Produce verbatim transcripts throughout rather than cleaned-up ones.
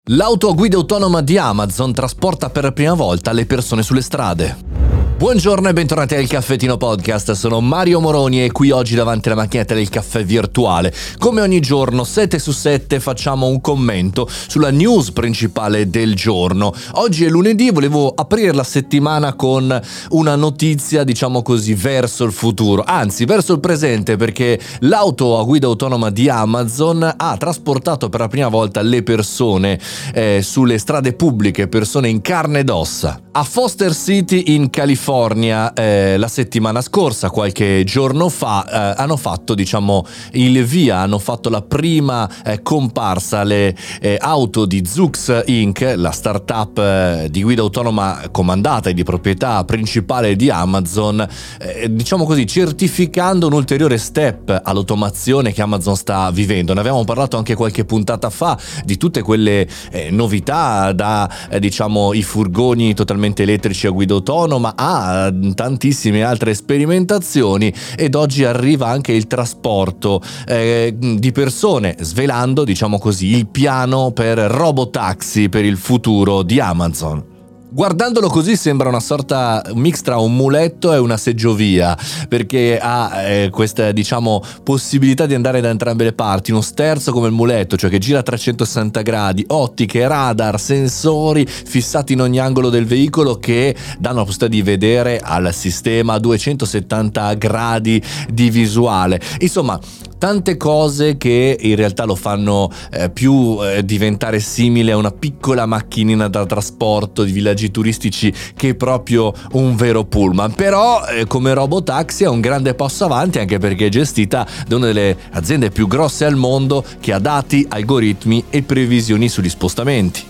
L'auto a guida autonoma di Amazon trasporta per la prima volta le persone sulle strade. Buongiorno e bentornati al Caffettino Podcast, sono Mario Moroni e qui oggi davanti alla macchinetta del caffè virtuale. Come ogni giorno, sette su sette facciamo un commento sulla news principale del giorno. Oggi è lunedì e volevo aprire la settimana con una notizia, diciamo così, verso il futuro, anzi verso il presente, perché l'auto a guida autonoma di Amazon ha trasportato per la prima volta le persone eh, sulle strade pubbliche, persone in carne ed ossa. A Foster City in California eh, la settimana scorsa, qualche giorno fa, eh, hanno fatto diciamo il via, hanno fatto la prima eh, comparsa alle eh, auto di Zoox incorporated, la startup eh, di guida autonoma comandata e di proprietà principale di Amazon, eh, diciamo così certificando un ulteriore step all'automazione che Amazon sta vivendo. Ne avevamo parlato anche qualche puntata fa di tutte quelle eh, novità, da eh, diciamo i furgoni totalmente elettrici a guida autonoma a tantissime altre sperimentazioni, ed oggi arriva anche il trasporto eh, di persone, svelando diciamo così il piano per robotaxi per il futuro di Amazon. Guardandolo così sembra una sorta mix tra un muletto e una seggiovia, perché ha eh, questa diciamo possibilità di andare da entrambe le parti, uno sterzo come il muletto, cioè che gira a trecentosessanta gradi, ottiche, radar, sensori fissati in ogni angolo del veicolo che danno la possibilità di vedere al sistema a duecentosettanta gradi di visuale. Insomma, tante cose che in realtà lo fanno eh, più eh, diventare simile a una piccola macchinina da trasporto di villaggi turistici che proprio un vero pullman. Però eh, come robotaxi è un grande passo avanti, anche perché è gestita da una delle aziende più grosse al mondo che ha dati, algoritmi e previsioni sugli spostamenti.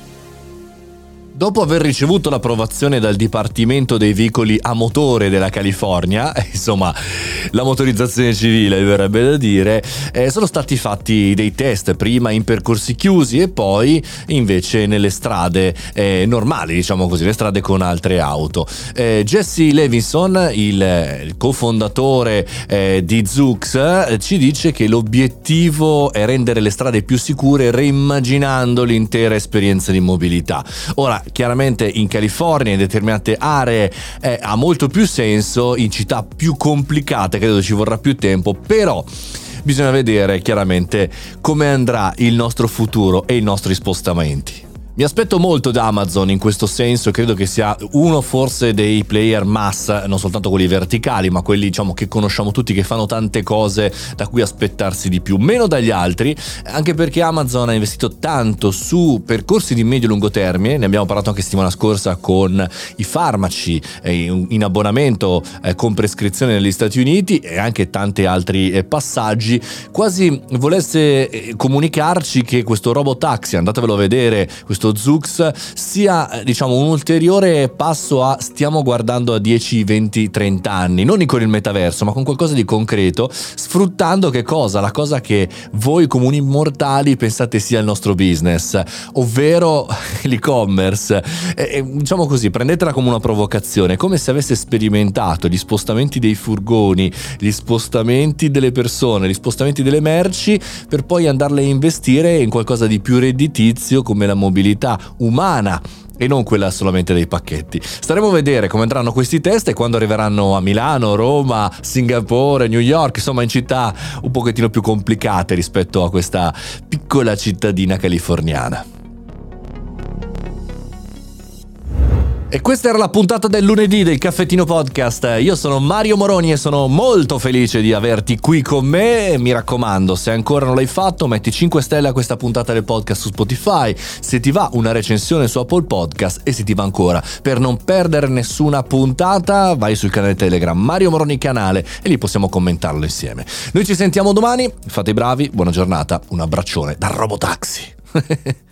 Dopo aver ricevuto l'approvazione dal Dipartimento dei Veicoli a Motore della California, insomma la motorizzazione civile verrebbe da dire, eh, sono stati fatti dei test, prima in percorsi chiusi e poi invece nelle strade eh, normali, diciamo così, le strade con altre auto. Eh, Jesse Levinson, il, il cofondatore eh, di Zoox, eh, ci dice che l'obiettivo è rendere le strade più sicure reimmaginando l'intera esperienza di mobilità. Ora, chiaramente in California, in determinate aree eh, ha molto più senso, in città più complicate credo ci vorrà più tempo, però bisogna vedere chiaramente come andrà il nostro futuro e i nostri spostamenti. Mi aspetto molto da Amazon in questo senso, credo che sia uno forse dei player mass, non soltanto quelli verticali, ma quelli diciamo che conosciamo tutti, che fanno tante cose da cui aspettarsi di più, meno dagli altri, anche perché Amazon ha investito tanto su percorsi di medio-lungo termine. Ne abbiamo parlato anche settimana scorsa con i farmaci eh, in abbonamento eh, con prescrizione negli Stati Uniti e anche tanti altri eh, passaggi, quasi volesse eh, comunicarci che questo robotaxi, andatevelo a vedere, questo Zoox, sia diciamo un ulteriore passo a stiamo guardando a dieci, venti, trenta anni, non con il metaverso ma con qualcosa di concreto, sfruttando che cosa? La cosa che voi comuni mortali pensate sia il nostro business, ovvero l'e-commerce. E, e, diciamo così, prendetela come una provocazione, come se avesse sperimentato gli spostamenti dei furgoni, gli spostamenti delle persone, gli spostamenti delle merci, per poi andarle a investire in qualcosa di più redditizio come la mobilità umana e non quella solamente dei pacchetti. Staremo a vedere come andranno questi test e quando arriveranno a Milano, Roma, Singapore, New York, insomma in città un pochettino più complicate rispetto a questa piccola cittadina californiana. E questa era la puntata del lunedì del Caffettino Podcast. Io sono Mario Moroni e sono molto felice di averti qui con me. Mi raccomando, se ancora non l'hai fatto, metti cinque stelle a questa puntata del podcast su Spotify, se ti va una recensione su Apple Podcast, e se ti va ancora, per non perdere nessuna puntata, vai sul canale Telegram Mario Moroni Canale e lì possiamo commentarlo insieme. Noi ci sentiamo domani, fate i bravi, buona giornata, un abbraccione dal Robotaxi.